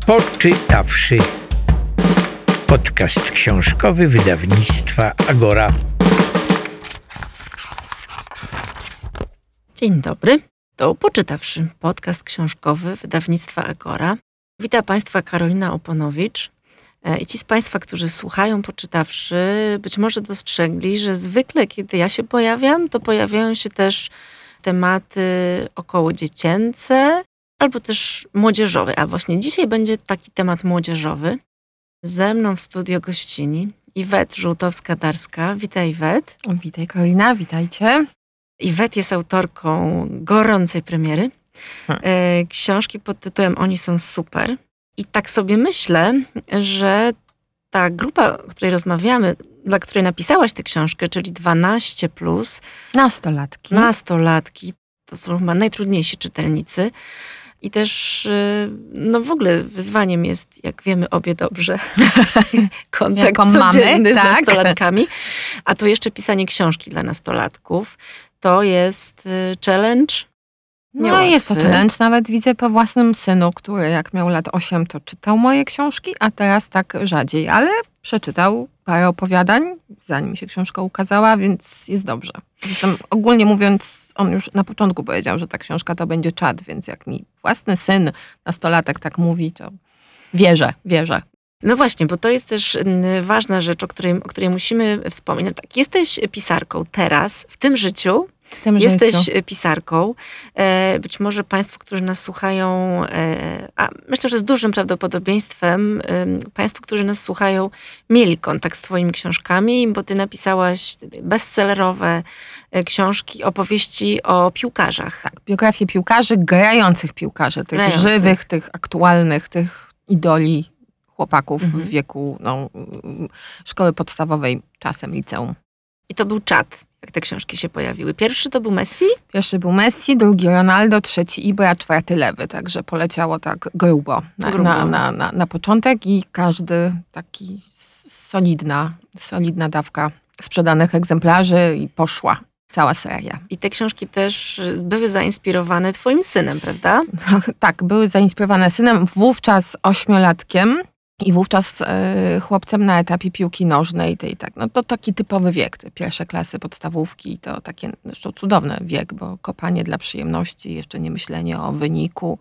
Poczytawszy. Podcast książkowy wydawnictwa Agora. Dzień dobry. To Poczytawszy. Podcast książkowy wydawnictwa Agora. Witam Państwa Karolina Oponowicz. I ci z Państwa, którzy słuchają Poczytawszy, być może dostrzegli, że zwykle, kiedy ja się pojawiam, to pojawiają się też tematy około dziecięce albo też młodzieżowe. A właśnie dzisiaj będzie taki temat młodzieżowy. Ze mną w studio gościni Iwet Żółtowska-Darska. Witaj, Iwet. Witaj, Karolina, witajcie. Iwet jest autorką gorącej premiery. Książki pod tytułem Oni są super. I tak sobie myślę, że ta grupa, o której rozmawiamy, dla której napisałaś tę książkę, czyli 12+, nastolatki, to są chyba najtrudniejsi czytelnicy. I też, no w ogóle wyzwaniem jest, jak wiemy obie dobrze, kontakt codzienny z nastolatkami. A to jeszcze pisanie książki dla nastolatków. To jest challenge. No jest to challenge. Nawet widzę po własnym synu, który jak miał lat 8, to czytał moje książki, a teraz tak rzadziej. Ale przeczytał parę opowiadań, zanim się książka ukazała, więc jest dobrze. Zatem ogólnie mówiąc, on już na początku powiedział, że ta książka to będzie czad, więc jak mi własny syn, nastolatek tak mówi, to wierzę. No właśnie, bo to jest też ważna rzecz, o której musimy wspomnieć. No tak, jesteś pisarką teraz, w tym życiu. Jesteś pisarką. Być może Państwo, którzy nas słuchają, a myślę, że z dużym prawdopodobieństwem Państwo, którzy nas słuchają, mieli kontakt z Twoimi książkami, bo Ty napisałaś bestsellerowe książki, opowieści o piłkarzach. Tak, biografię piłkarzy, grających piłkarzy, tych żywych, tych aktualnych, tych idoli chłopaków w wieku szkoły podstawowej, czasem liceum. I to był czad, jak te książki się pojawiły. Pierwszy to był Messi? Pierwszy był Messi, drugi Ronaldo, trzeci Ibra, czwarty Lewy. Także poleciało tak grubo na początek i każdy taki solidna dawka sprzedanych egzemplarzy i poszła cała seria. I te książki też były zainspirowane twoim synem, prawda? Tak, były zainspirowane synem, wówczas 8-latkiem. I wówczas chłopcem na etapie piłki nożnej, to taki typowy wiek, te pierwsze klasy podstawówki, to takie zresztą cudowny wiek, bo kopanie dla przyjemności, jeszcze nie myślenie o wyniku,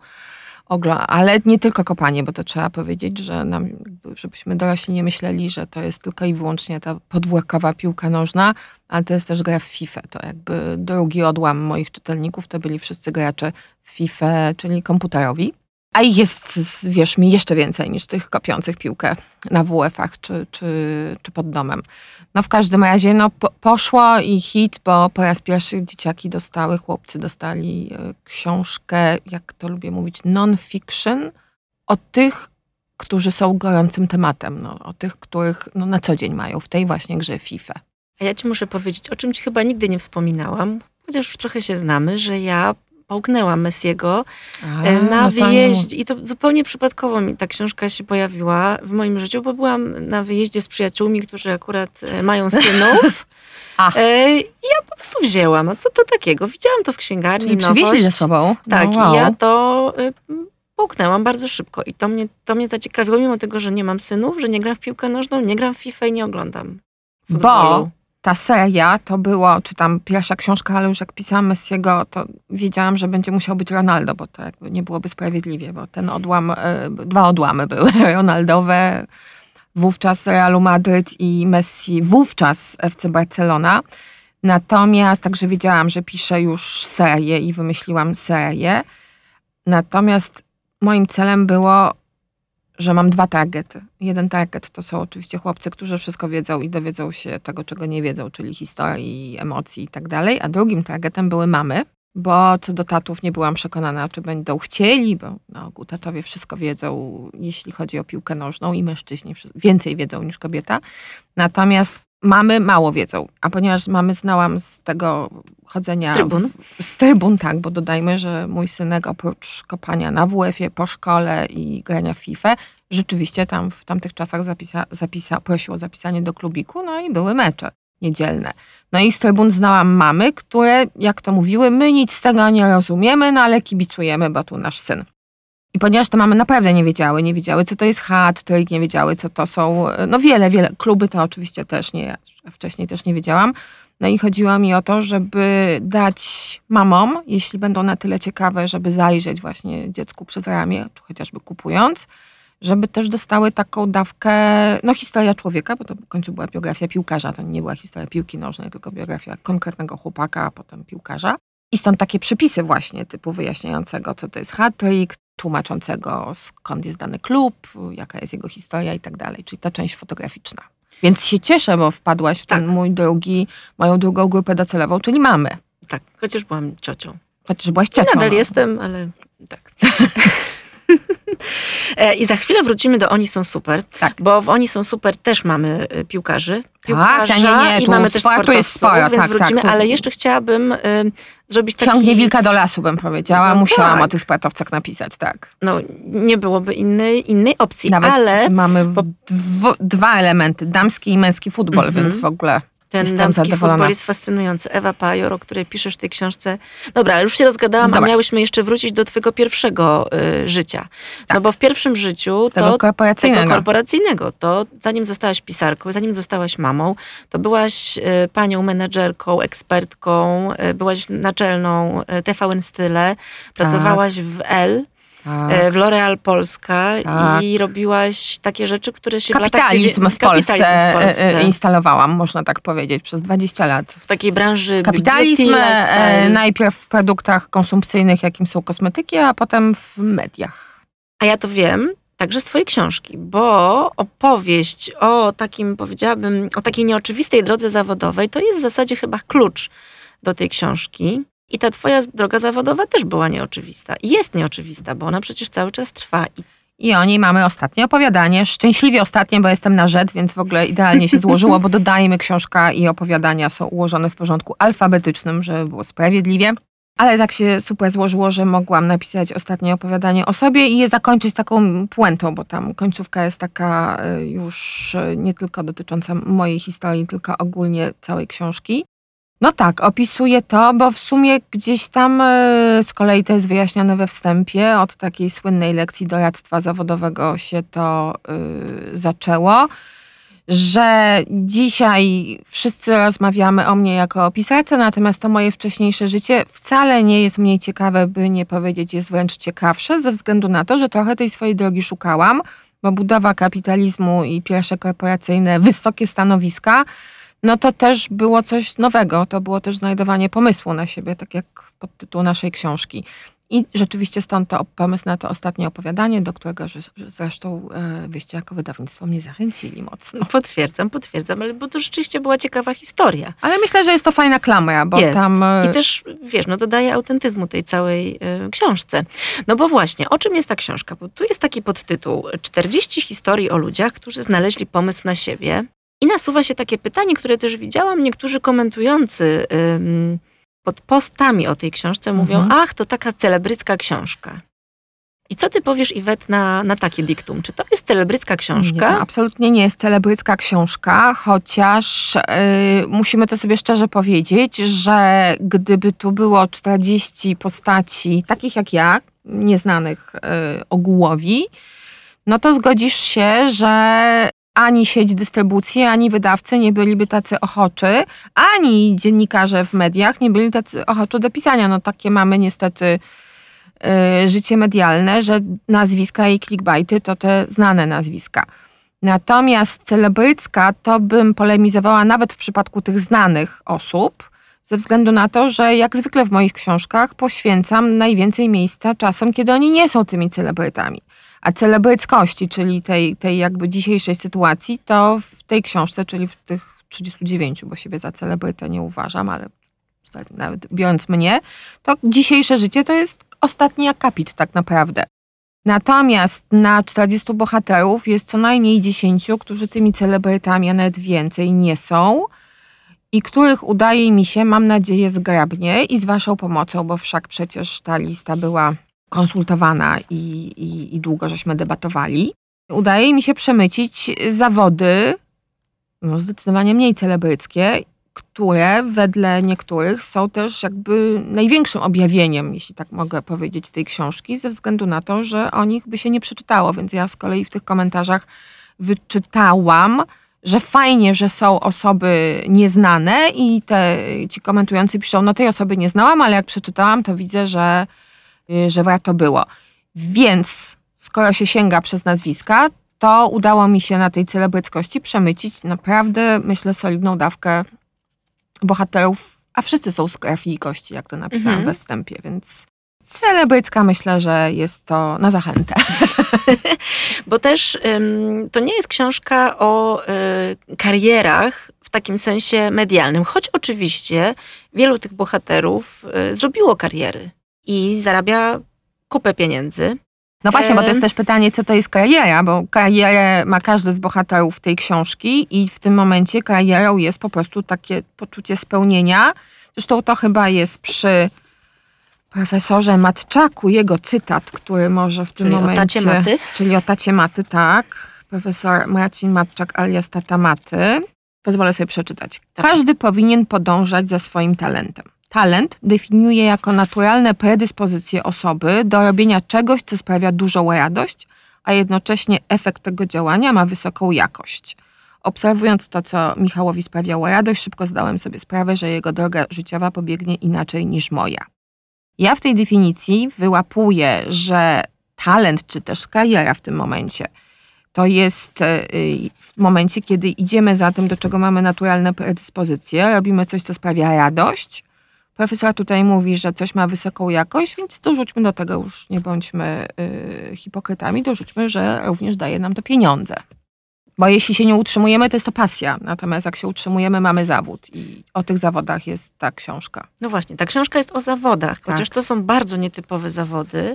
ale nie tylko kopanie, bo to trzeba powiedzieć, że żebyśmy dorośli nie myśleli, że to jest tylko i wyłącznie ta podwórkowa piłka nożna, ale to jest też gra w FIFA. To jakby drugi odłam moich czytelników, to byli wszyscy gracze w FIFA, czyli komputerowi. A ich jest, wierz mi, jeszcze więcej niż tych kopiących piłkę na WF-ach czy pod domem. No w każdym razie poszło i hit, bo po raz pierwszy chłopcy dostali książkę, jak to lubię mówić, non-fiction, o tych, którzy są gorącym tematem, o tych, których na co dzień mają w tej właśnie grze FIFA. A ja ci muszę powiedzieć, o czym ci chyba nigdy nie wspominałam, chociaż już trochę się znamy, że ja połknęłam Messiego na wyjeździe i to zupełnie przypadkowo mi ta książka się pojawiła w moim życiu, bo byłam na wyjeździe z przyjaciółmi, którzy akurat mają synów. I ja po prostu wzięłam. A co to takiego? Widziałam to w księgarni. Czyli przywieźli ze sobą. Tak, i ja to połknęłam bardzo szybko. I to mnie zaciekawiło, mimo tego, że nie mam synów, że nie gram w piłkę nożną, nie gram w FIFA i nie oglądam futbolu. Bo ta seria to było, czy tam pierwsza książka, ale już jak pisałam Messiego, to wiedziałam, że będzie musiał być Ronaldo, bo to jakby nie byłoby sprawiedliwie, bo ten dwa odłamy były Ronaldowe, wówczas Realu Madryt i Messi, wówczas FC Barcelona. Natomiast także wiedziałam, że piszę już serię i wymyśliłam serię. Natomiast moim celem było, że mam 2 targety. Jeden target to są oczywiście chłopcy, którzy wszystko wiedzą i dowiedzą się tego, czego nie wiedzą, czyli historii, emocji i tak dalej. A drugim targetem były mamy, bo co do tatów nie byłam przekonana, czy będą chcieli, bo na ogół tatowie wszystko wiedzą, jeśli chodzi o piłkę nożną i mężczyźni więcej wiedzą niż kobieta. Natomiast mamy mało wiedzą, a ponieważ mamy znałam z tego chodzenia... Z trybun, tak, bo dodajmy, że mój synek oprócz kopania na WF-ie, po szkole i grania w FIFA, rzeczywiście tam w tamtych czasach prosił o zapisanie do klubiku, no i były mecze niedzielne. No i z trybun znałam mamy, które, jak to mówiły, my nic z tego nie rozumiemy, no ale kibicujemy, bo tu nasz syn. I ponieważ te mamy naprawdę nie wiedziały, co to jest hat-trick, nie wiedziały, co to są, no wiele, kluby to oczywiście też nie, ja wcześniej też nie wiedziałam. No i chodziło mi o to, żeby dać mamom, jeśli będą na tyle ciekawe, żeby zajrzeć właśnie dziecku przez ramię, czy chociażby kupując, żeby też dostały taką dawkę, no historia człowieka, bo to w końcu była biografia piłkarza, to nie była historia piłki nożnej, tylko biografia konkretnego chłopaka, a potem piłkarza. I stąd takie przepisy właśnie typu wyjaśniającego, co to jest hat-trick, tłumaczącego skąd jest dany klub, jaka jest jego historia i tak dalej, czyli ta część fotograficzna. Więc się cieszę, bo wpadłaś w ten moją drugą grupę docelową, czyli mamy. Tak, chociaż byłam ciocią. Chociaż byłaś ciocią. Nadal jestem, ale tak. I za chwilę wrócimy do Oni są super, bo w Oni są super też mamy piłkarza i mamy też sportowców, więc wrócimy, ale jeszcze chciałabym zrobić taki... Ciągnie wilka do lasu, bym powiedziała. Musiałam o tych sportowcach napisać, tak. No, nie byłoby innej opcji, nawet ale... mamy dwa elementy, damski i męski futbol, więc w ogóle... Ten damski futbol jest fascynujący. Ewa Pajor, o której piszesz w tej książce. Dobra, ale już się rozgadałam, a miałyśmy jeszcze wrócić do twojego pierwszego życia. Tak. No bo w pierwszym życiu tego korporacyjnego, to zanim zostałaś pisarką, zanim zostałaś mamą, to byłaś panią menedżerką, ekspertką, byłaś naczelną TVN Style, pracowałaś w Elle. W L'Oréal Polska i robiłaś takie rzeczy, które się kapitalizm w Polsce instalowałam, można tak powiedzieć, przez 20 lat. W takiej branży kapitalizm, najpierw w produktach konsumpcyjnych, jakim są kosmetyki, a potem w mediach. A ja to wiem także z twojej książki, bo opowieść o takim, powiedziałabym, o takiej nieoczywistej drodze zawodowej, to jest w zasadzie chyba klucz do tej książki. I ta twoja droga zawodowa też była nieoczywista. I jest nieoczywista, bo ona przecież cały czas trwa. I o niej mamy ostatnie opowiadanie. Szczęśliwie ostatnie, bo jestem na rzecz, więc w ogóle idealnie się złożyło, bo dodajmy, książka i opowiadania są ułożone w porządku alfabetycznym, żeby było sprawiedliwie. Ale tak się super złożyło, że mogłam napisać ostatnie opowiadanie o sobie i je zakończyć taką puentą, bo tam końcówka jest taka już nie tylko dotycząca mojej historii, tylko ogólnie całej książki. No tak, opisuję to, bo w sumie gdzieś tam z kolei to jest wyjaśnione we wstępie, od takiej słynnej lekcji doradztwa zawodowego się to zaczęło, że dzisiaj wszyscy rozmawiamy o mnie jako o pisarce, natomiast to moje wcześniejsze życie wcale nie jest mniej ciekawe, by nie powiedzieć, jest wręcz ciekawsze, ze względu na to, że trochę tej swojej drogi szukałam, bo budowa kapitalizmu i pierwsze korporacyjne, wysokie stanowiska, no to też było coś nowego. To było też znajdowanie pomysłu na siebie, tak jak podtytuł naszej książki. I rzeczywiście stąd to pomysł na to ostatnie opowiadanie, do którego zresztą wyście jako wydawnictwo mnie zachęcili mocno. Potwierdzam, ale bo to rzeczywiście była ciekawa historia. Ale myślę, że jest to fajna klamra, bo jest. tam... I też, wiesz, no dodaje autentyzmu tej całej książce. No bo właśnie, o czym jest ta książka? Bo tu jest taki podtytuł 40 historii o ludziach, którzy znaleźli pomysł na siebie. I nasuwa się takie pytanie, które też widziałam, niektórzy komentujący pod postami o tej książce mówią, ach, to taka celebrycka książka. I co ty powiesz, Iwet, na takie diktum? Czy to jest celebrycka książka? Nie, to absolutnie nie jest celebrycka książka, chociaż musimy to sobie szczerze powiedzieć, że gdyby tu było 40 postaci, takich jak ja, nieznanych ogółowi, no to zgodzisz się, że ani sieć dystrybucji, ani wydawcy nie byliby tacy ochoczy, ani dziennikarze w mediach nie byli tacy ochoczy do pisania. No takie mamy niestety życie medialne, że nazwiska i clickbaity to te znane nazwiska. Natomiast celebrycka to bym polemizowała nawet w przypadku tych znanych osób, ze względu na to, że jak zwykle w moich książkach poświęcam najwięcej miejsca czasom, kiedy oni nie są tymi celebrytami. A celebryckości, czyli tej jakby dzisiejszej sytuacji, to w tej książce, czyli w tych 39, bo siebie za celebrytę nie uważam, ale nawet biorąc mnie, to dzisiejsze życie to jest ostatni akapit tak naprawdę. Natomiast na 40 bohaterów jest co najmniej 10, którzy tymi celebrytami, a nawet więcej nie są i których udaje mi się, mam nadzieję, zgrabnie i z waszą pomocą, bo wszak przecież ta lista była konsultowana i długo żeśmy debatowali. Udaje mi się przemycić zawody, no zdecydowanie mniej celebryckie, które wedle niektórych są też jakby największym objawieniem, jeśli tak mogę powiedzieć, tej książki, ze względu na to, że o nich by się nie przeczytało. Więc ja z kolei w tych komentarzach wyczytałam, że fajnie, że są osoby nieznane i ci komentujący piszą, no tej osoby nie znałam, ale jak przeczytałam, to widzę, że warto było. Więc skoro się sięga przez nazwiska, to udało mi się na tej celebryckości przemycić naprawdę, myślę, solidną dawkę bohaterów, a wszyscy są z krew i kości, jak to napisałam we wstępie, więc celebrycka myślę, że jest to na zachętę. Bo też to nie jest książka o karierach w takim sensie medialnym, choć oczywiście wielu tych bohaterów zrobiło kariery i zarabia kupę pieniędzy. No właśnie, bo to jest też pytanie, co to jest kariera, bo karierę ma każdy z bohaterów tej książki i w tym momencie karierą jest po prostu takie poczucie spełnienia. Zresztą to chyba jest przy profesorze Matczaku, jego cytat, który może w tym momencie... O tacie Maty? Czyli o tacie Maty, tak. Profesor Marcin Matczak alias tata Maty. Pozwolę sobie przeczytać. Każdy powinien podążać za swoim talentem. Talent definiuje jako naturalne predyspozycje osoby do robienia czegoś, co sprawia dużą radość, a jednocześnie efekt tego działania ma wysoką jakość. Obserwując to, co Michałowi sprawiało radość, szybko zdałem sobie sprawę, że jego droga życiowa pobiegnie inaczej niż moja. Ja w tej definicji wyłapuję, że talent, czy też kariera w tym momencie, to jest w momencie, kiedy idziemy za tym, do czego mamy naturalne predyspozycje, robimy coś, co sprawia radość. Profesor tutaj mówi, że coś ma wysoką jakość, więc dorzućmy do tego, już nie bądźmy hipokrytami, dorzućmy, że również daje nam to pieniądze. Bo jeśli się nie utrzymujemy, to jest to pasja. Natomiast jak się utrzymujemy, mamy zawód. I o tych zawodach jest ta książka. No właśnie, ta książka jest o zawodach, chociaż to są bardzo nietypowe zawody.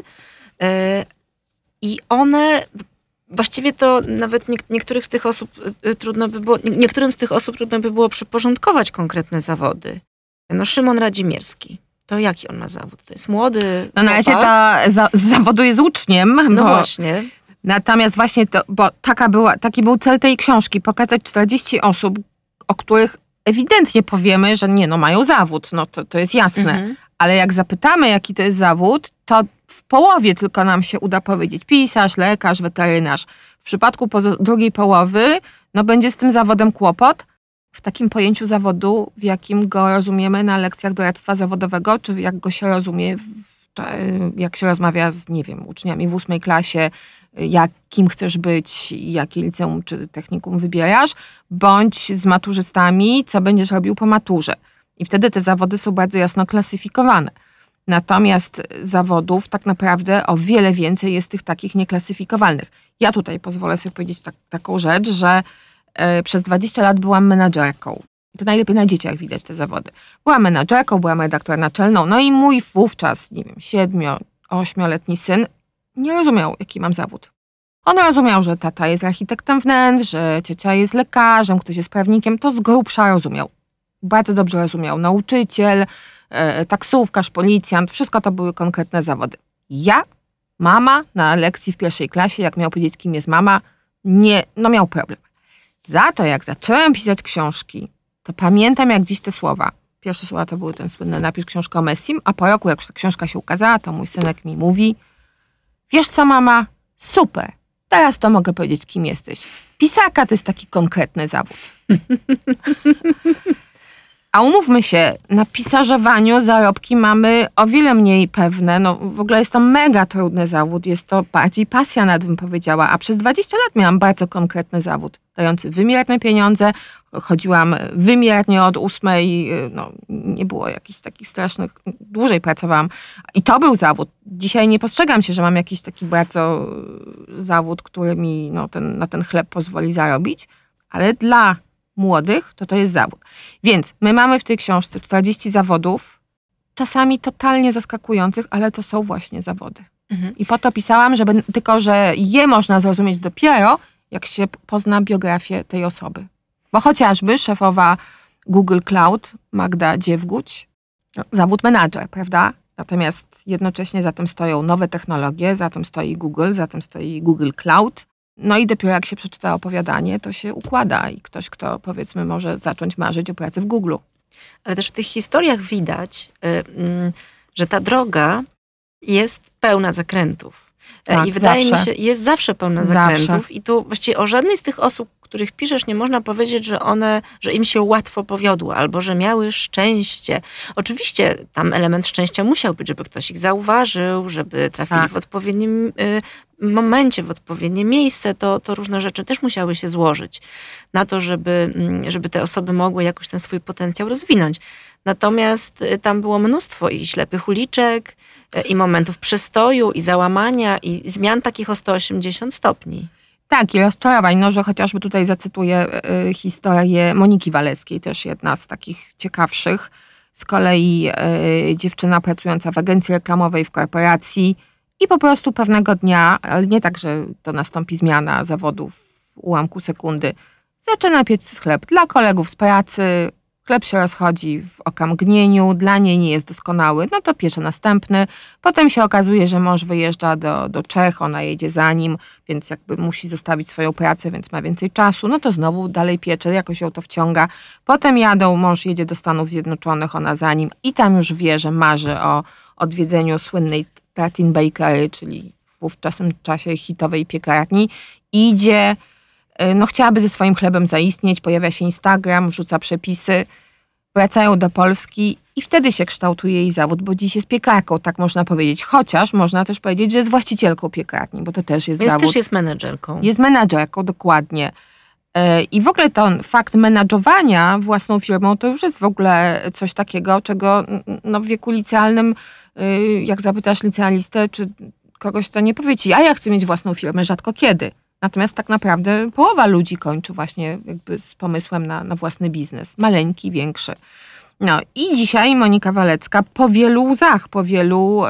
I one, właściwie to nawet niektórych z tych osób niektórym z tych osób trudno by było przyporządkować konkretne zawody. No Szymon Radzimierski. To jaki on ma zawód? To jest młody No na razie z zawodu jest uczniem. No właśnie. Natomiast właśnie to, bo taki był cel tej książki, pokazać 40 osób, o których ewidentnie powiemy, że nie, no mają zawód, no to jest jasne. Ale jak zapytamy, jaki to jest zawód, to w połowie tylko nam się uda powiedzieć pisarz, lekarz, weterynarz. W przypadku drugiej połowy, no będzie z tym zawodem kłopot, w takim pojęciu zawodu, w jakim go rozumiemy na lekcjach doradztwa zawodowego, czy jak go się rozumie, jak się rozmawia z, nie wiem, uczniami w 8 klasie, jakim chcesz być, jakie liceum czy technikum wybierasz, bądź z maturzystami, co będziesz robił po maturze. I wtedy te zawody są bardzo jasno klasyfikowane. Natomiast zawodów tak naprawdę o wiele więcej jest tych takich nieklasyfikowalnych. Ja tutaj pozwolę sobie powiedzieć taką rzecz, że przez 20 lat byłam menadżerką. I to najlepiej na dzieciach widać te zawody. Byłam menadżerką, byłam redaktorem naczelną, no i mój wówczas, nie wiem, 7-8-letni syn nie rozumiał, jaki mam zawód. On rozumiał, że tata jest architektem wnętrz, że ciocia jest lekarzem, ktoś jest prawnikiem, to z grubsza rozumiał. Bardzo dobrze rozumiał. Nauczyciel, taksówkarz, policjant, wszystko to były konkretne zawody. Ja, mama, na lekcji w 1. klasie, jak miał powiedzieć, kim jest mama, miał problem. Za to, jak zacząłem pisać książki, to pamiętam jak dziś te słowa. Pierwsze słowa to były ten słynny napisz książkę o Messim, a po roku, jak już ta książka się ukazała, to mój synek mi mówi: wiesz co, mama? Super. Teraz to mogę powiedzieć, kim jesteś. Pisarka to jest taki konkretny zawód. A umówmy się, na pisarzowaniu zarobki mamy o wiele mniej pewne. No w ogóle jest to mega trudny zawód. Jest to bardziej pasja, nawet bym powiedziała. A przez 20 lat miałam bardzo konkretny zawód, dający wymierne pieniądze. Chodziłam wymiernie od 8, nie było jakichś takich strasznych, dłużej pracowałam. I to był zawód. Dzisiaj nie postrzegam się, że mam jakiś taki bardzo zawód, który mi na ten chleb pozwoli zarobić, ale dla młodych to jest zawód. Więc my mamy w tej książce 40 zawodów, czasami totalnie zaskakujących, ale to są właśnie zawody. I po to pisałam, że je można zrozumieć dopiero, jak się pozna biografię tej osoby. Bo chociażby szefowa Google Cloud, Magda Dziewguć, zawód menadżer, prawda? Natomiast jednocześnie za tym stoją nowe technologie, za tym stoi Google, za tym stoi Google Cloud. No i dopiero jak się przeczyta opowiadanie, to się układa i ktoś, kto powiedzmy może zacząć marzyć o pracy w Google. Ale też w tych historiach widać, że ta droga jest pełna zakrętów. Tak, I wydaje zawsze. mi się, jest zawsze pełna Zawsze. zakrętów. I tu właściwie o żadnej z tych osób, których piszesz, nie można powiedzieć, że im się łatwo powiodło, albo że miały szczęście. Oczywiście tam element szczęścia musiał być, żeby ktoś ich zauważył, żeby trafili Tak. w odpowiednim momencie, w odpowiednie miejsce. To różne rzeczy też musiały się złożyć na to, żeby te osoby mogły jakoś ten swój potencjał rozwinąć. Natomiast tam było mnóstwo i ślepych uliczek, i momentów przestoju, i załamania, i zmian takich o 180 stopni. Tak, i rozczarowań. No, że chociażby tutaj zacytuję historię Moniki Waleckiej, też jedna z takich ciekawszych. Z kolei dziewczyna pracująca w agencji reklamowej, w korporacji i po prostu pewnego dnia, ale nie tak, że to nastąpi zmiana zawodu w ułamku sekundy, zaczyna piec chleb dla kolegów z pracy. Chleb się rozchodzi w okamgnieniu, dla niej nie jest doskonały, no to piecze następny. Potem się okazuje, że mąż wyjeżdża do Czech, ona jedzie za nim, więc jakby musi zostawić swoją pracę, więc ma więcej czasu. No to znowu dalej piecze, jakoś ją to wciąga. Potem jadą, mąż jedzie do Stanów Zjednoczonych, ona za nim i tam już wie, że marzy o odwiedzeniu słynnej Tartin Bakery, czyli w ówczesnym czasie hitowej piekarni. Idzie... No chciałaby ze swoim chlebem zaistnieć, pojawia się Instagram, wrzuca przepisy, wracają do Polski i wtedy się kształtuje jej zawód, bo dziś jest piekarką, tak można powiedzieć. Chociaż można też powiedzieć, że jest właścicielką piekarni, bo to też jest Więc zawód. też jest menedżerką. Jest menadżerką, dokładnie. I w ogóle ten fakt menadżowania własną firmą to już jest w ogóle coś takiego, czego no, w wieku licealnym, jak zapytasz licealistę, czy kogoś, to nie powie ci, a ja chcę mieć własną firmę, rzadko kiedy. Natomiast tak naprawdę połowa ludzi kończy właśnie jakby z pomysłem na własny biznes. Maleńki, większy. No i dzisiaj Monika Walecka po wielu łzach, po wielu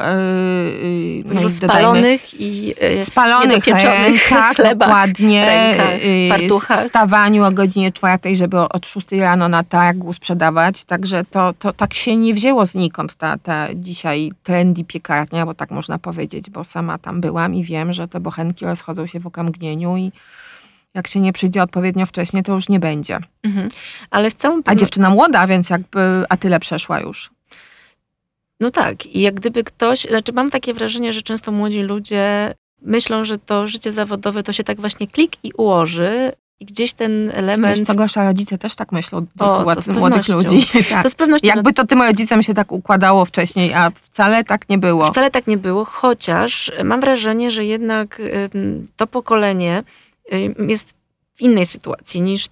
spalonych i spalonych niedopieczonych rękach, chlebach, dokładnie, fartuchach. wstawaniu o godzinie 4, żeby od 6 rano na targu sprzedawać. Także to tak się nie wzięło znikąd ta dzisiaj trendy piekarnia, bo tak można powiedzieć, bo sama tam byłam i wiem, że te bochenki rozchodzą się w okamgnieniu i jak się nie przyjdzie odpowiednio wcześnie, to już nie będzie. Mhm. Ale z całą A dziewczyna młoda, więc jakby, a tyle przeszła już. No tak. I jak gdyby ktoś, znaczy mam takie wrażenie, że często młodzi ludzie myślą, że to życie zawodowe to się tak właśnie klik i ułoży i gdzieś ten element... Wiesz, co gorsza, rodzice też tak myślą do to z młodych pewnością. ludzi. Tak. To z pewnością. Jakby to tym rodzicom się tak układało wcześniej, a wcale tak nie było. Wcale tak nie było, chociaż mam wrażenie, że jednak to pokolenie jest w innej sytuacji niż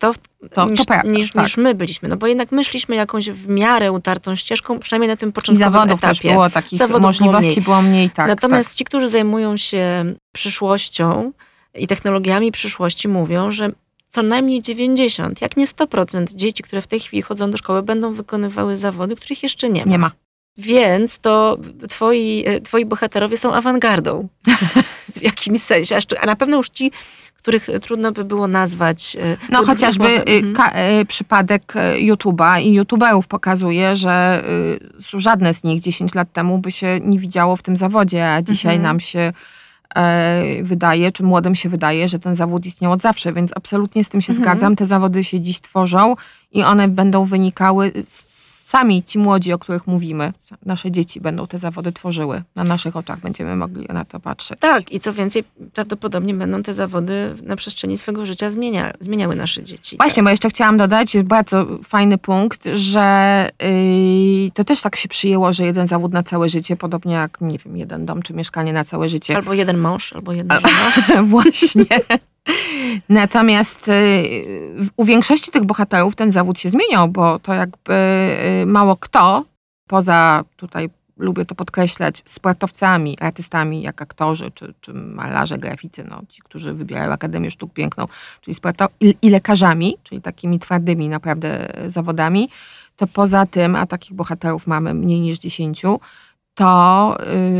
niż my byliśmy. No bo jednak my szliśmy jakąś w miarę utartą ścieżką, przynajmniej na tym I początkowym zawodów etapie. też było takich, możliwości było mniej. Tak, Natomiast ci, którzy zajmują się przyszłością i technologiami przyszłości, mówią, że co najmniej 90, jak nie 100% dzieci, które w tej chwili chodzą do szkoły, będą wykonywały zawody, których jeszcze nie ma. Nie ma. Więc to twoi bohaterowie są awangardą w jakimś sensie. A na pewno już ci, których trudno by było nazwać. No chociażby przypadek YouTube'a i YouTuberów pokazuje, że żadne z nich 10 lat temu by się nie widziało w tym zawodzie, a dzisiaj nam się wydaje, czy młodym się wydaje, że ten zawód istniał od zawsze, więc absolutnie z tym się zgadzam. Te zawody się dziś tworzą i one będą wynikały sami ci młodzi, o których mówimy, nasze dzieci będą te zawody tworzyły. Na naszych oczach będziemy mogli na to patrzeć. Tak, i co więcej, prawdopodobnie będą te zawody na przestrzeni swego życia zmieniały nasze dzieci. Właśnie, tak. bo jeszcze chciałam dodać, bardzo fajny punkt, że to też tak się przyjęło, że jeden zawód na całe życie, podobnie jak, nie wiem, jeden dom czy mieszkanie na całe życie. Albo jeden mąż, albo jedna żona. Właśnie. Natomiast u większości tych bohaterów ten zawód się zmieniał, bo to jakby mało kto, poza tutaj lubię to podkreślać, sportowcami, artystami, jak aktorzy, czy malarze, graficy, no, ci, którzy wybierają Akademię Sztuk Piękną, czyli i lekarzami, czyli takimi twardymi naprawdę zawodami, to poza tym, a takich bohaterów mamy mniej niż 10, to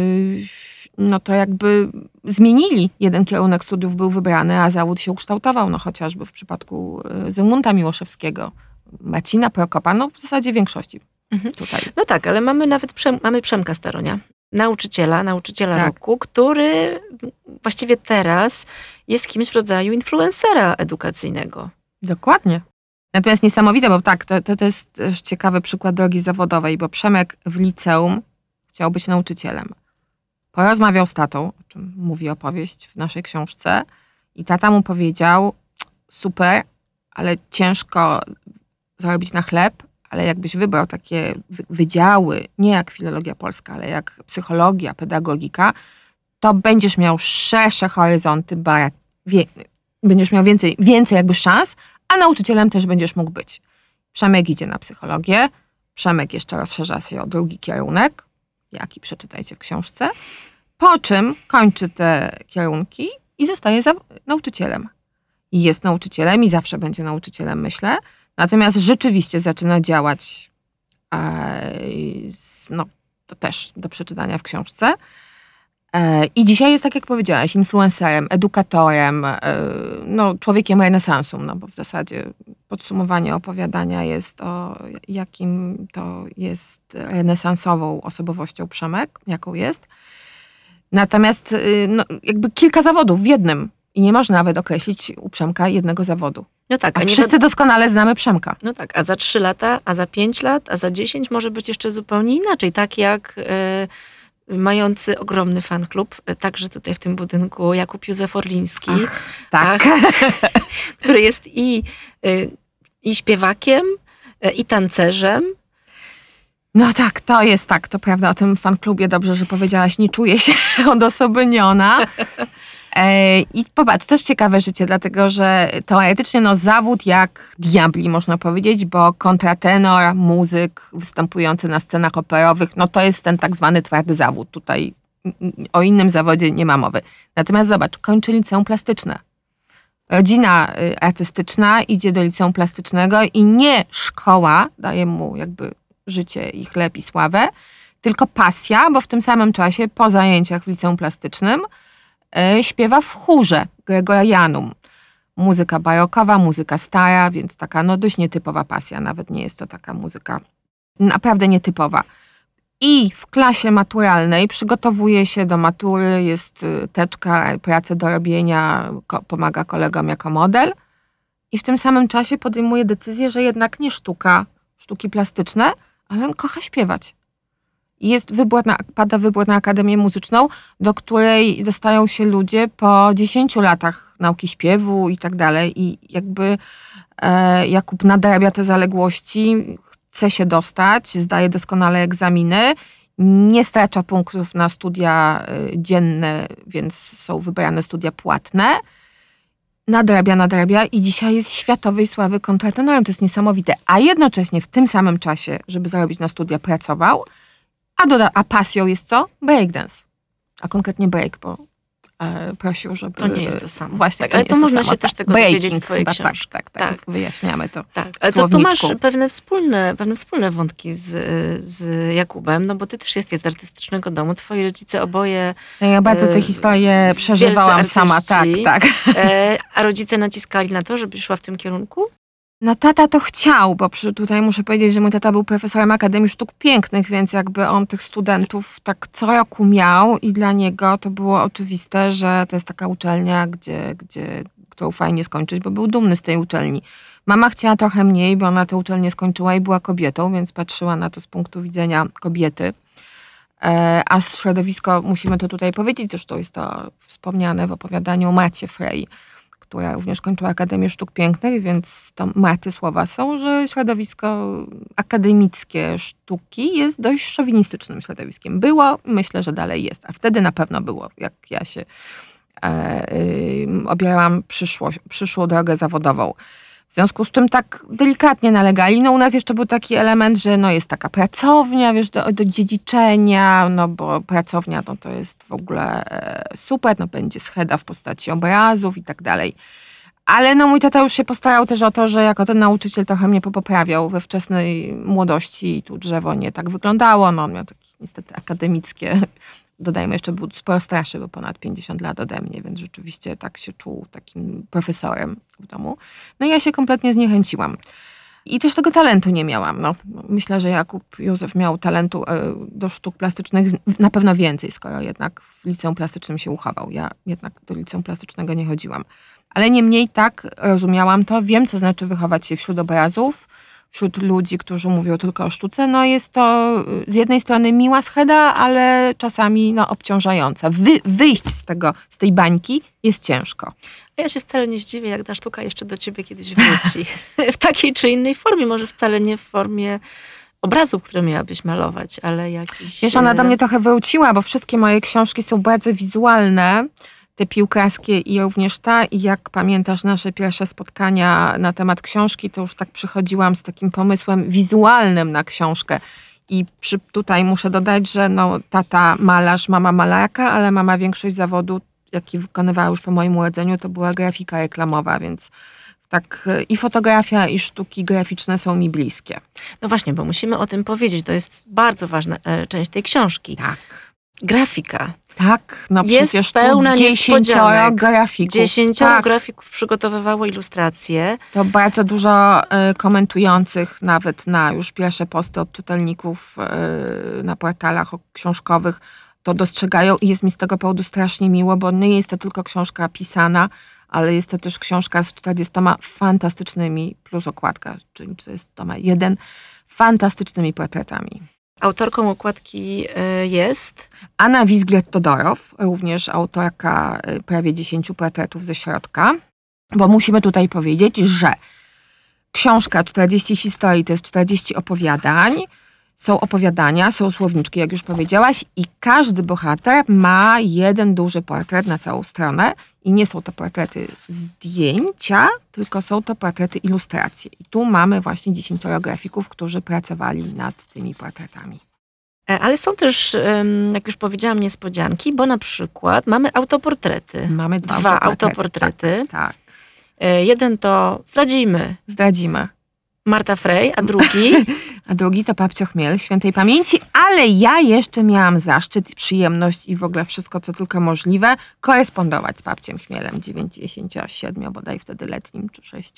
no to jakby zmienili. Jeden kierunek studiów był wybrany, a zawód się ukształtował, no chociażby w przypadku Zygmunta Miłoszewskiego, Marcina Prokopa, no w zasadzie większości tutaj. No tak, ale mamy nawet Przemka Staronia, nauczyciela tak. roku, który właściwie teraz jest kimś w rodzaju influencera edukacyjnego. Dokładnie. Natomiast niesamowite, bo tak, to jest też ciekawy przykład drogi zawodowej, bo Przemek w liceum chciał być nauczycielem. Porozmawiał z tatą, o czym mówi opowieść w naszej książce, i tata mu powiedział: super, ale ciężko zarobić na chleb, ale jakbyś wybrał takie wydziały, nie jak filologia polska, ale jak psychologia, pedagogika, to będziesz miał szersze horyzonty, będziesz miał więcej jakby szans, a nauczycielem też będziesz mógł być. Przemek idzie na psychologię, Przemek jeszcze rozszerza się o drugi kierunek, jaki przeczytajcie w książce, po czym kończy te kierunki i zostaje nauczycielem. I jest nauczycielem i zawsze będzie nauczycielem, myślę. Natomiast rzeczywiście zaczyna działać, to też do przeczytania w książce. I dzisiaj jest, tak jak powiedziałaś, influencerem, edukatorem, człowiekiem renesansu, bo w zasadzie podsumowanie opowiadania jest o jakim to jest renesansową osobowością Przemek, jaką jest. Natomiast jakby kilka zawodów w jednym i nie można nawet określić u Przemka jednego zawodu. No tak, a wszyscy doskonale znamy Przemka. No tak, a za 3 lata, a za 5 lat, a za 10 może być jeszcze zupełnie inaczej. Tak jak mający ogromny fan klub, także tutaj w tym budynku, Jakub Józef Orliński. Tak. Który jest i śpiewakiem, i tancerzem. No tak, to prawda, o tym fanklubie dobrze, że powiedziałaś, nie czuję się odosobniona. I popatrz, też ciekawe życie, dlatego że teoretycznie zawód jak diabli, można powiedzieć, bo kontratenor, muzyk występujący na scenach operowych, to jest ten tak zwany twardy zawód. Tutaj o innym zawodzie nie ma mowy. Natomiast zobacz, kończy liceum plastyczne. Rodzina artystyczna idzie do liceum plastycznego i nie szkoła daje mu jakby życie i chleb i sławę, tylko pasja, bo w tym samym czasie po zajęciach w liceum plastycznym śpiewa w chórze Gregorianum. Muzyka barokowa, muzyka stara, więc taka dość nietypowa pasja. Nawet nie jest to taka muzyka naprawdę nietypowa. I w klasie maturalnej przygotowuje się do matury, jest teczka, pracę do robienia, pomaga kolegom jako model. I w tym samym czasie podejmuje decyzję, że jednak nie sztuki plastyczne, ale on kocha śpiewać. I pada wybór na Akademię Muzyczną, do której dostają się ludzie po 10 latach nauki śpiewu i tak dalej. I jakby Jakub nadrabia te zaległości, chce się dostać, zdaje doskonale egzaminy, nie stracza punktów na studia dzienne, więc są wybrane studia płatne. Nadrabia i dzisiaj jest światowej sławy kontratenorem. To jest niesamowite. A jednocześnie w tym samym czasie, żeby zarobić na studia, pracował, a pasją jest co? Breakdance. A konkretnie break, bo prosił, żeby... To nie jest to samo. Właśnie, tak, ale to można się też tego dowiedzieć z twojej chyba, książki. Tak, wyjaśniamy to. Tak, ale to tu masz pewne wspólne wątki z Jakubem, bo ty też jesteś z artystycznego domu, twoi rodzice oboje... Ja bardzo tę historię przeżywałam sama, tak. A rodzice naciskali na to, żebyś szła w tym kierunku? Tata to chciał, bo tutaj muszę powiedzieć, że mój tata był profesorem Akademii Sztuk Pięknych, więc jakby on tych studentów tak co roku miał i dla niego to było oczywiste, że to jest taka uczelnia, którą fajnie skończyć, bo był dumny z tej uczelni. Mama chciała trochę mniej, bo ona tę uczelnię skończyła i była kobietą, więc patrzyła na to z punktu widzenia kobiety. A środowisko, musimy to tutaj powiedzieć, zresztą jest to wspomniane w opowiadaniu o Marcie Frey, która również kończyła Akademię Sztuk Pięknych, więc to Marty słowa są, że środowisko akademickie sztuki jest dość szowinistycznym środowiskiem. Było, myślę, że dalej jest, a wtedy na pewno było, jak ja się obierałam przyszłą drogę zawodową. W związku z czym tak delikatnie nalegali. U nas jeszcze był taki element, że jest taka pracownia, do dziedziczenia, bo pracownia to jest w ogóle super, będzie scheda w postaci obrazów i tak dalej. Ale mój tata już się postarał też o to, że jako ten nauczyciel trochę mnie poprawiał we wczesnej młodości i tu drzewo nie tak wyglądało. On miał takie niestety akademickie, dodajmy jeszcze, był sporo starszy, bo ponad 50 lat ode mnie, więc rzeczywiście tak się czuł takim profesorem w domu. I ja się kompletnie zniechęciłam. I też tego talentu nie miałam. No, myślę, że Jakub Józef miał talentu do sztuk plastycznych na pewno więcej, skoro jednak w liceum plastycznym się uchował. Ja jednak do liceum plastycznego nie chodziłam. Ale niemniej tak rozumiałam to. Wiem, co znaczy wychować się wśród obrazów, wśród ludzi, którzy mówią tylko o sztuce. No jest to z jednej strony miła scheda, ale czasami obciążająca. Wyjść z tej bańki jest ciężko. Ja się wcale nie zdziwię, jak ta sztuka jeszcze do ciebie kiedyś wróci. W takiej czy innej formie, może wcale nie w formie obrazów, które miałabyś malować, ale jakiś... Wiesz, ona do mnie trochę wróciła, bo wszystkie moje książki są bardzo wizualne, te piłkarskie i również ta. I jak pamiętasz nasze pierwsze spotkania na temat książki, to już tak przychodziłam z takim pomysłem wizualnym na książkę. I tutaj muszę dodać, że tata malarz, mama malarka, ale mama większość zawodu, jaki wykonywała już po moim urodzeniu, to była grafika reklamowa, więc tak i fotografia, i sztuki graficzne są mi bliskie. No właśnie, bo musimy o tym powiedzieć. To jest bardzo ważna część tej książki. Tak. Grafika. Tak, jest przecież pełna 10 grafików. 10 grafików przygotowywało ilustracje. To bardzo dużo komentujących nawet na już pierwsze posty od czytelników na portalach książkowych to dostrzegają i jest mi z tego powodu strasznie miło, bo nie jest to tylko książka pisana, ale jest to też książka z 40 fantastycznymi, plus okładka, czyli 41 fantastycznymi portretami. Autorką okładki jest Anna Wizgret-Todorow, również autorka prawie 10 portretów ze środka, bo musimy tutaj powiedzieć, że książka 40 historii to jest 40 opowiadań, są opowiadania, są słowniczki, jak już powiedziałaś, i każdy bohater ma jeden duży portret na całą stronę i nie są to portrety zdjęcia, tylko są to portrety ilustracje. I tu mamy właśnie 10 grafików, którzy pracowali nad tymi portretami. Ale są też, jak już powiedziałam, niespodzianki, bo na przykład mamy autoportrety. Mamy dwa autoportrety. Tak. Jeden to, Zdradzimy. Marta Frey, a drugi... A drugi to Babcio Chmiel, świętej pamięci, ale ja jeszcze miałam zaszczyt i przyjemność i w ogóle wszystko, co tylko możliwe, korespondować z Babciem Chmielem, 97 bodaj wtedy letnim, czy 6,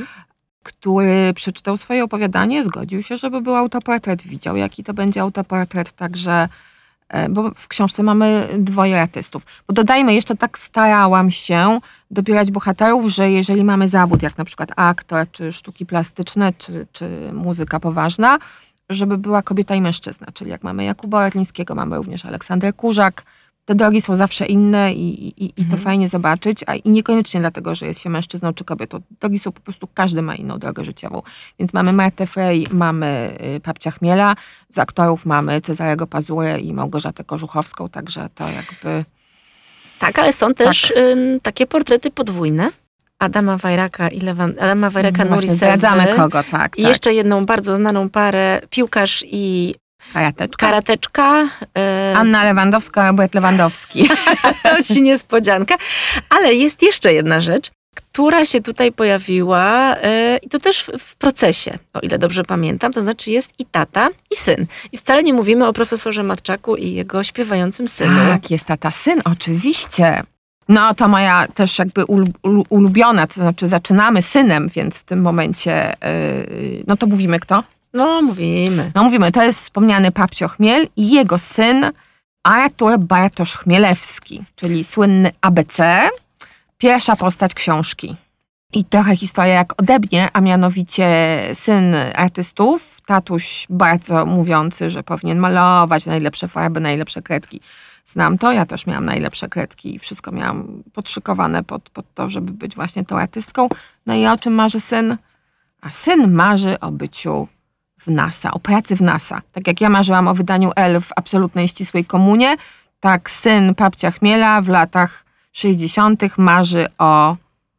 który przeczytał swoje opowiadanie, zgodził się, żeby był autoportret, widział, jaki to będzie autoportret, także, bo w książce mamy 2 artystów. Bo dodajmy, jeszcze tak starałam się dobierać bohaterów, że jeżeli mamy zawód, jak na przykład aktor, czy sztuki plastyczne, czy muzyka poważna, żeby była kobieta i mężczyzna. Czyli jak mamy Jakuba Orlińskiego, mamy również Aleksandrę Kurzak. Te drogi są zawsze inne i to fajnie zobaczyć, i niekoniecznie dlatego, że jest się mężczyzną czy kobietą. Drogi są po prostu, każdy ma inną drogę życiową. Więc mamy Martę Frey, mamy Babcia Chmiela, z aktorów mamy Cezarego Pazurę i Małgorzatę Kożuchowską, także to jakby... Tak, ale są też takie portrety podwójne. Adama Wajraka i Nuri Sevy. Zdradzamy kogo, tak. I jeszcze jedną bardzo znaną parę, piłkarz i karateczka. Anna Lewandowska, Robert Lewandowski. To ci niespodzianka. Ale jest jeszcze jedna rzecz, która się tutaj pojawiła i to też w procesie, o ile dobrze pamiętam. To znaczy jest i tata, i syn. I wcale nie mówimy o profesorze Matczaku i jego śpiewającym synu. Tak, jest tata, syn, oczywiście. No to moja też jakby ulubiona, to znaczy zaczynamy synem, więc w tym momencie, no to mówimy kto? No mówimy. To jest wspomniany Babcio Chmiel i jego syn Artur Bartosz Chmielewski, czyli słynny ABC, pierwsza postać książki. I trochę historia jak ode mnie, a mianowicie syn artystów, tatuś bardzo mówiący, że powinien malować, najlepsze farby, najlepsze kredki. Znam to, ja też miałam najlepsze kredki i wszystko miałam podszykowane pod to, żeby być właśnie tą artystką. No i o czym marzy syn? A syn marzy o byciu w NASA, o pracy w NASA. Tak jak ja marzyłam o wydaniu L w absolutnej ścisłej komunie, tak syn Babcia Chmiela w latach 60. marzy o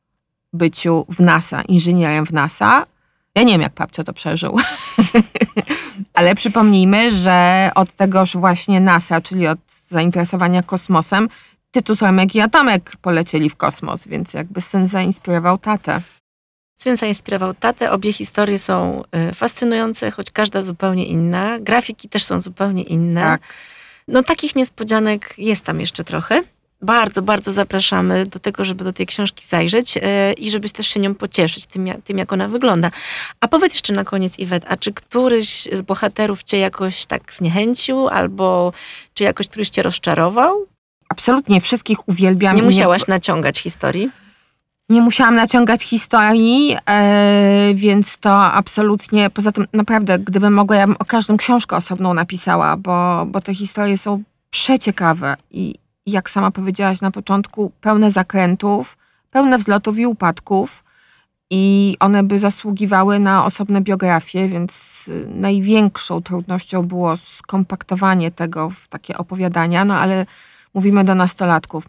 byciu w NASA, inżynierem w NASA. Ja nie wiem, jak Babcio to przeżył. Ale przypomnijmy, że od tegoż właśnie NASA, czyli od zainteresowania kosmosem, Tytus, Remek i Atomek polecieli w kosmos, więc jakby syn zainspirował tatę. Syn zainspirował tatę. Obie historie są fascynujące, choć każda zupełnie inna. Grafiki też są zupełnie inne. Tak. No takich niespodzianek jest tam jeszcze trochę. bardzo, bardzo zapraszamy do tego, żeby do tej książki zajrzeć i żebyś też się nią pocieszyć tym, jak ona wygląda. A powiedz jeszcze na koniec, Iwet, a czy któryś z bohaterów cię jakoś tak zniechęcił, albo czy jakoś któryś cię rozczarował? Absolutnie wszystkich uwielbiam. Nie musiałaś naciągać historii? Nie musiałam naciągać historii, więc to absolutnie, poza tym naprawdę, gdybym mogła, ja bym o każdym książkę osobną napisała, bo te historie są przeciekawe i jak sama powiedziałaś na początku, pełne zakrętów, pełne wzlotów i upadków i one by zasługiwały na osobne biografie, więc największą trudnością było skompaktowanie tego w takie opowiadania, no ale mówimy do nastolatków,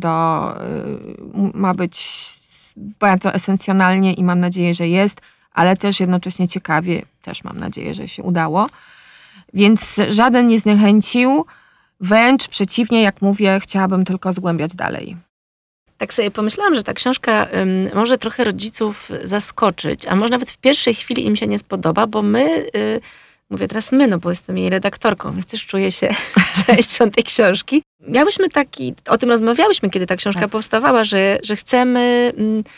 ma być bardzo esencjonalnie i mam nadzieję, że jest, ale też jednocześnie ciekawie, też mam nadzieję, że się udało. Więc żaden nie zniechęcił, wręcz przeciwnie, jak mówię, chciałabym tylko zgłębiać dalej. Tak sobie pomyślałam, że ta książka może trochę rodziców zaskoczyć, a może nawet w pierwszej chwili im się nie spodoba, bo my, mówię teraz my, no bo jestem jej redaktorką, więc też czuję się częścią tej książki. O tym rozmawiałyśmy, kiedy ta książka powstawała, że chcemy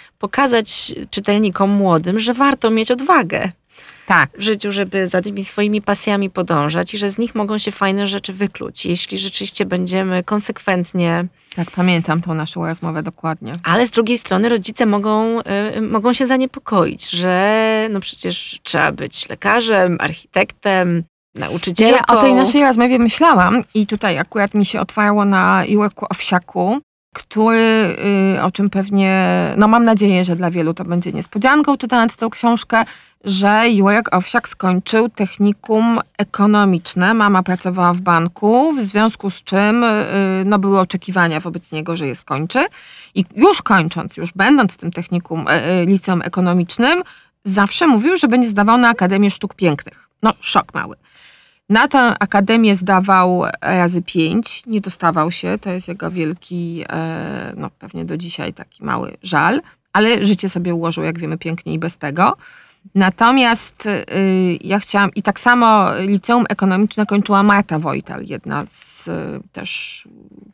pokazać czytelnikom młodym, że warto mieć odwagę. Tak. W życiu, żeby za tymi swoimi pasjami podążać i że z nich mogą się fajne rzeczy wykluć, jeśli rzeczywiście będziemy konsekwentnie... Tak, pamiętam tą naszą rozmowę dokładnie. Ale z drugiej strony rodzice mogą się zaniepokoić, że no przecież trzeba być lekarzem, architektem, nauczycielką. Ja o tej naszej rozmowie myślałam i tutaj akurat mi się otwarło na Jurku Owsiaku, który, o czym pewnie, no mam nadzieję, że dla wielu to będzie niespodzianką, czytając tę książkę, że Jurek Owsiak skończył technikum ekonomiczne. Mama pracowała w banku, w związku z czym no, były oczekiwania wobec niego, że je skończy. I już kończąc, już będąc w tym technikum, liceum ekonomicznym, zawsze mówił, że będzie zdawał na Akademię Sztuk Pięknych. No, szok mały. Na tę akademię zdawał razy 5, nie dostawał się, to jest jego wielki, no pewnie do dzisiaj taki mały żal, ale życie sobie ułożył, jak wiemy, pięknie i bez tego. Natomiast ja chciałam, i tak samo liceum ekonomiczne kończyła Marta Wojtal, jedna z też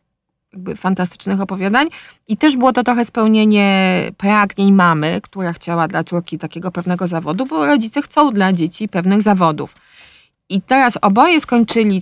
jakby fantastycznych opowiadań i też było to trochę spełnienie pragnień mamy, która chciała dla córki takiego pewnego zawodu, bo rodzice chcą dla dzieci pewnych zawodów. I teraz oboje skończyli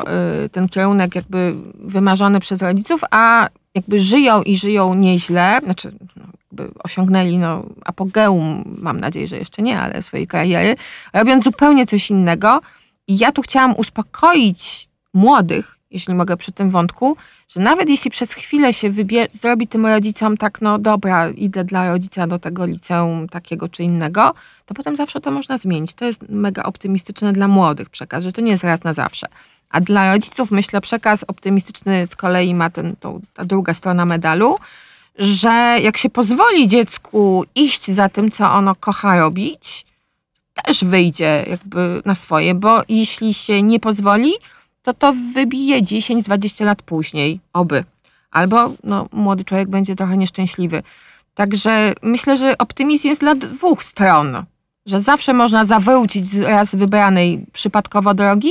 ten kierunek jakby wymarzony przez rodziców, a jakby żyją nieźle, znaczy jakby osiągnęli apogeum, mam nadzieję, że jeszcze nie, ale swojej kariery, robiąc zupełnie coś innego. I ja tu chciałam uspokoić młodych, jeśli mogę przy tym wątku, że nawet jeśli przez chwilę się zrobi tym rodzicom tak, no dobra, idę dla rodzica do tego liceum takiego czy innego, to potem zawsze to można zmienić. To jest mega optymistyczny dla młodych przekaz, że to nie jest raz na zawsze. A dla rodziców, myślę, przekaz optymistyczny z kolei ma ta druga strona medalu, że jak się pozwoli dziecku iść za tym, co ono kocha robić, też wyjdzie jakby na swoje, bo jeśli się nie pozwoli, to wybije 10-20 lat później, oby. Albo młody człowiek będzie trochę nieszczęśliwy. Także myślę, że optymizm jest dla dwóch stron. Że zawsze można zawrócić z raz wybranej przypadkowo drogi,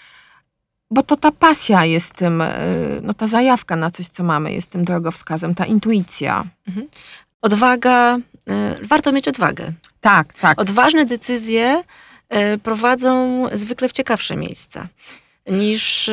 bo to ta pasja jest tym, ta zajawka na coś, co mamy, jest tym drogowskazem, ta intuicja. Mhm. Odwaga, warto mieć odwagę. Tak, tak. Odważne decyzje prowadzą zwykle w ciekawsze miejsca niż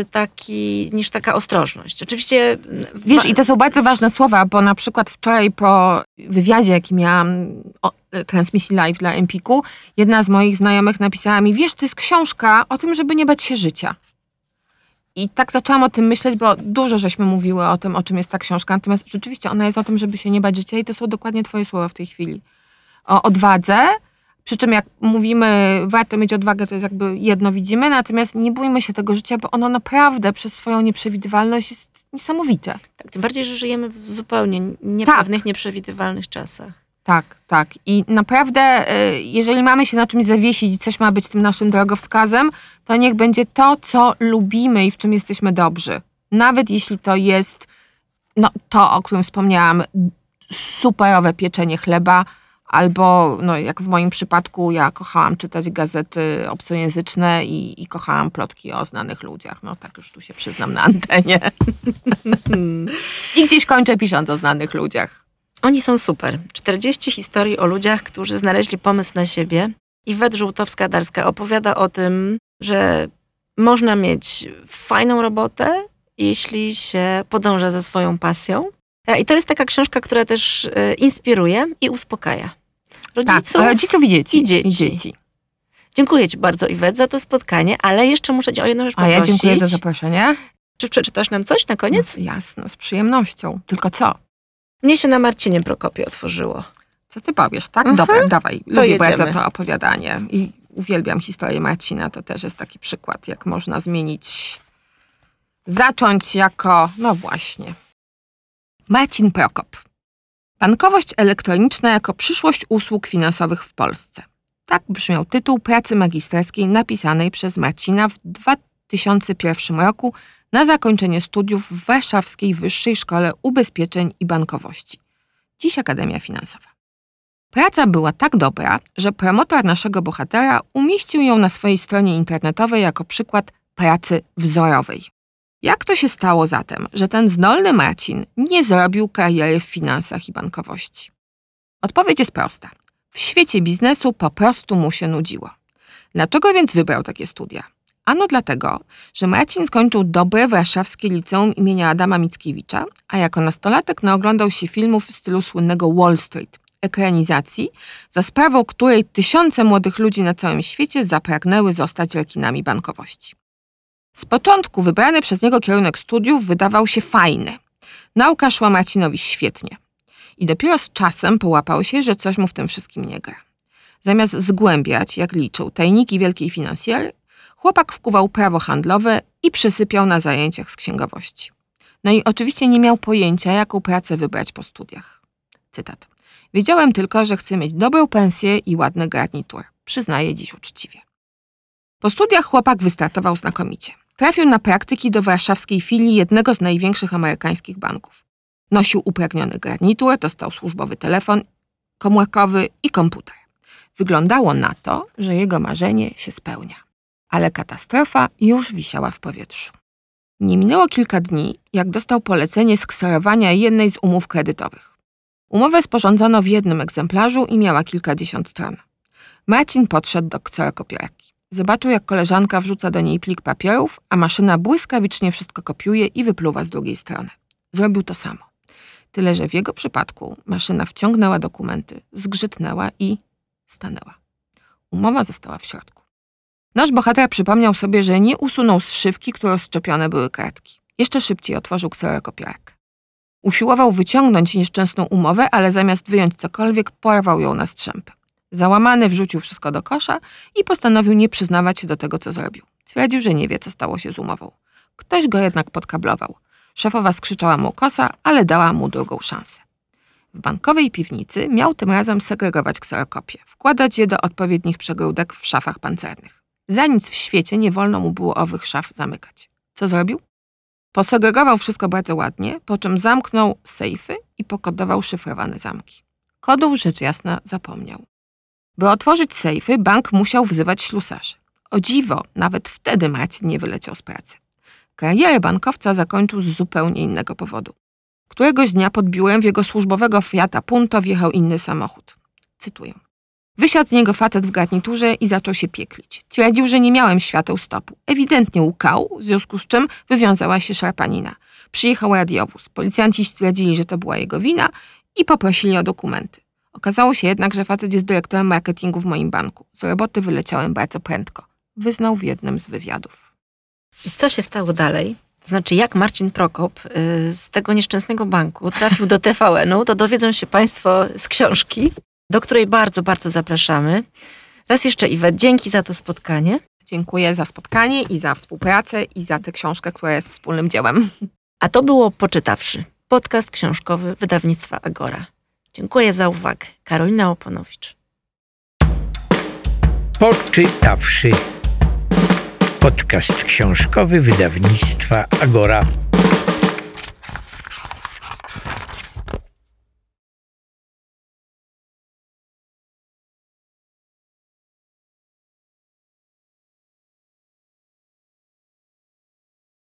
taka ostrożność. Oczywiście... Wiesz, i to są bardzo ważne słowa, bo na przykład wczoraj po wywiadzie, jaki miałam transmisji live dla Empiku, jedna z moich znajomych napisała mi, wiesz, to jest książka o tym, żeby nie bać się życia. I tak zaczęłam o tym myśleć, bo dużo żeśmy mówiły o tym, o czym jest ta książka, natomiast rzeczywiście ona jest o tym, żeby się nie bać życia i to są dokładnie twoje słowa w tej chwili. O odwadze, przy czym jak mówimy, warto mieć odwagę, to jest jakby jedno widzimy, natomiast nie bójmy się tego życia, bo ono naprawdę przez swoją nieprzewidywalność jest niesamowite. Tak, tym bardziej, że żyjemy w zupełnie niepewnych, nieprzewidywalnych czasach. Tak, tak. I naprawdę, jeżeli mamy się na czymś zawiesić i coś ma być tym naszym drogowskazem, to niech będzie to, co lubimy i w czym jesteśmy dobrzy. Nawet jeśli to jest to, o którym wspomniałam, superowe pieczenie chleba, Albo, no jak w moim przypadku, ja kochałam czytać gazety obcojęzyczne i kochałam plotki o znanych ludziach. No tak już tu się przyznam na antenie. I gdzieś kończę pisząc o znanych ludziach. Oni są super. 40 historii o ludziach, którzy znaleźli pomysł na siebie. Iwet Żółtowska-Darska opowiada o tym, że można mieć fajną robotę, jeśli się podąża za swoją pasją. I to jest taka książka, która też inspiruje i uspokaja rodziców, i dzieci. Dziękuję ci bardzo, Iwet, za to spotkanie, ale jeszcze muszę cię o jedną rzecz poprosić. A ja dziękuję za zaproszenie. Czy przeczytasz nam coś na koniec? No, jasno, z przyjemnością. Tylko co? Mnie się na Marcinie Prokopie otworzyło. Co ty powiesz, tak? Dobra, dawaj. Lubię jedziemy. bardzo to opowiadanie. I uwielbiam historię Marcina. To też jest taki przykład, jak można zacząć jako, no właśnie. Marcin Prokop. Bankowość elektroniczna jako przyszłość usług finansowych w Polsce. Tak brzmiał tytuł pracy magisterskiej napisanej przez Marcina w 2001 roku na zakończenie studiów w Warszawskiej Wyższej Szkole Ubezpieczeń i Bankowości. Dziś Akademia Finansowa. Praca była tak dobra, że promotor naszego bohatera umieścił ją na swojej stronie internetowej jako przykład pracy wzorowej. Jak to się stało zatem, że ten zdolny Marcin nie zrobił kariery w finansach i bankowości? Odpowiedź jest prosta. W świecie biznesu po prostu mu się nudziło. Dlaczego więc wybrał takie studia? Ano dlatego, że Marcin skończył dobre warszawskie liceum imienia Adama Mickiewicza, a jako nastolatek naoglądał się filmów w stylu słynnego Wall Street, ekranizacji, za sprawą której tysiące młodych ludzi na całym świecie zapragnęły zostać rekinami bankowości. Z początku wybrany przez niego kierunek studiów wydawał się fajny. Nauka szła Marcinowi świetnie. I dopiero z czasem połapał się, że coś mu w tym wszystkim nie gra. Zamiast zgłębiać, jak liczył, tajniki wielkiej finansjery, chłopak wkuwał prawo handlowe i przysypiał na zajęciach z księgowości. No i oczywiście nie miał pojęcia, jaką pracę wybrać po studiach. Cytat. Wiedziałem tylko, że chcę mieć dobrą pensję i ładny garnitur. Przyznaję dziś uczciwie. Po studiach chłopak wystartował znakomicie. Trafił na praktyki do warszawskiej filii jednego z największych amerykańskich banków. Nosił upragniony garnitur, dostał służbowy telefon komórkowy i komputer. Wyglądało na to, że jego marzenie się spełnia. Ale katastrofa już wisiała w powietrzu. Nie minęło kilka dni, jak dostał polecenie skserowania jednej z umów kredytowych. Umowę sporządzono w jednym egzemplarzu i miała kilkadziesiąt stron. Marcin podszedł do kserokopiarki. Zobaczył, jak koleżanka wrzuca do niej plik papierów, a maszyna błyskawicznie wszystko kopiuje i wypluwa z drugiej strony. Zrobił to samo. Tyle, że w jego przypadku maszyna wciągnęła dokumenty, zgrzytnęła i stanęła. Umowa została w środku. Nasz bohater przypomniał sobie, że nie usunął z szywki, którą szczepione były kartki. Jeszcze szybciej otworzył kserokopiarkę. Usiłował wyciągnąć nieszczęsną umowę, ale zamiast wyjąć cokolwiek, porwał ją na strzępy. Załamany wrzucił wszystko do kosza i postanowił nie przyznawać się do tego, co zrobił. Twierdził, że nie wie, co stało się z umową. Ktoś go jednak podkablował. Szefowa skrzyczała mu kosa, ale dała mu drugą szansę. W bankowej piwnicy miał tym razem segregować kserokopie, wkładać je do odpowiednich przegródek w szafach pancernych. Za nic w świecie nie wolno mu było owych szaf zamykać. Co zrobił? Posegregował wszystko bardzo ładnie, po czym zamknął sejfy i pokodował szyfrowane zamki. Kodów rzecz jasna zapomniał. By otworzyć sejfy, bank musiał wzywać ślusarzy. O dziwo, nawet wtedy Marcin nie wyleciał z pracy. Karierę bankowca zakończył z zupełnie innego powodu. Któregoś dnia pod biurem w jego służbowego Fiata Punto wjechał inny samochód. Cytuję. Wysiadł z niego facet w garniturze i zaczął się pieklić. Twierdził, że nie miałem świateł stopu. Ewidentnie łkał, w związku z czym wywiązała się szarpanina. Przyjechał radiowóz. Policjanci stwierdzili, że to była jego wina i poprosili o dokumenty. Okazało się jednak, że facet jest dyrektorem marketingu w moim banku. Z roboty wyleciałem bardzo prędko. Wyznał w jednym z wywiadów. I co się stało dalej? To znaczy, jak Marcin Prokop z tego nieszczęsnego banku trafił do TVN-u, to dowiedzą się Państwo z książki, do której bardzo, bardzo zapraszamy. Raz jeszcze, Iwet, dzięki za to spotkanie. Dziękuję za spotkanie i za współpracę i za tę książkę, która jest wspólnym dziełem. A to było Poczytawszy, podcast książkowy wydawnictwa Agora. Dziękuję za uwagę. Karolina Oponowicz. Poczytawszy. Podcast książkowy wydawnictwa Agora.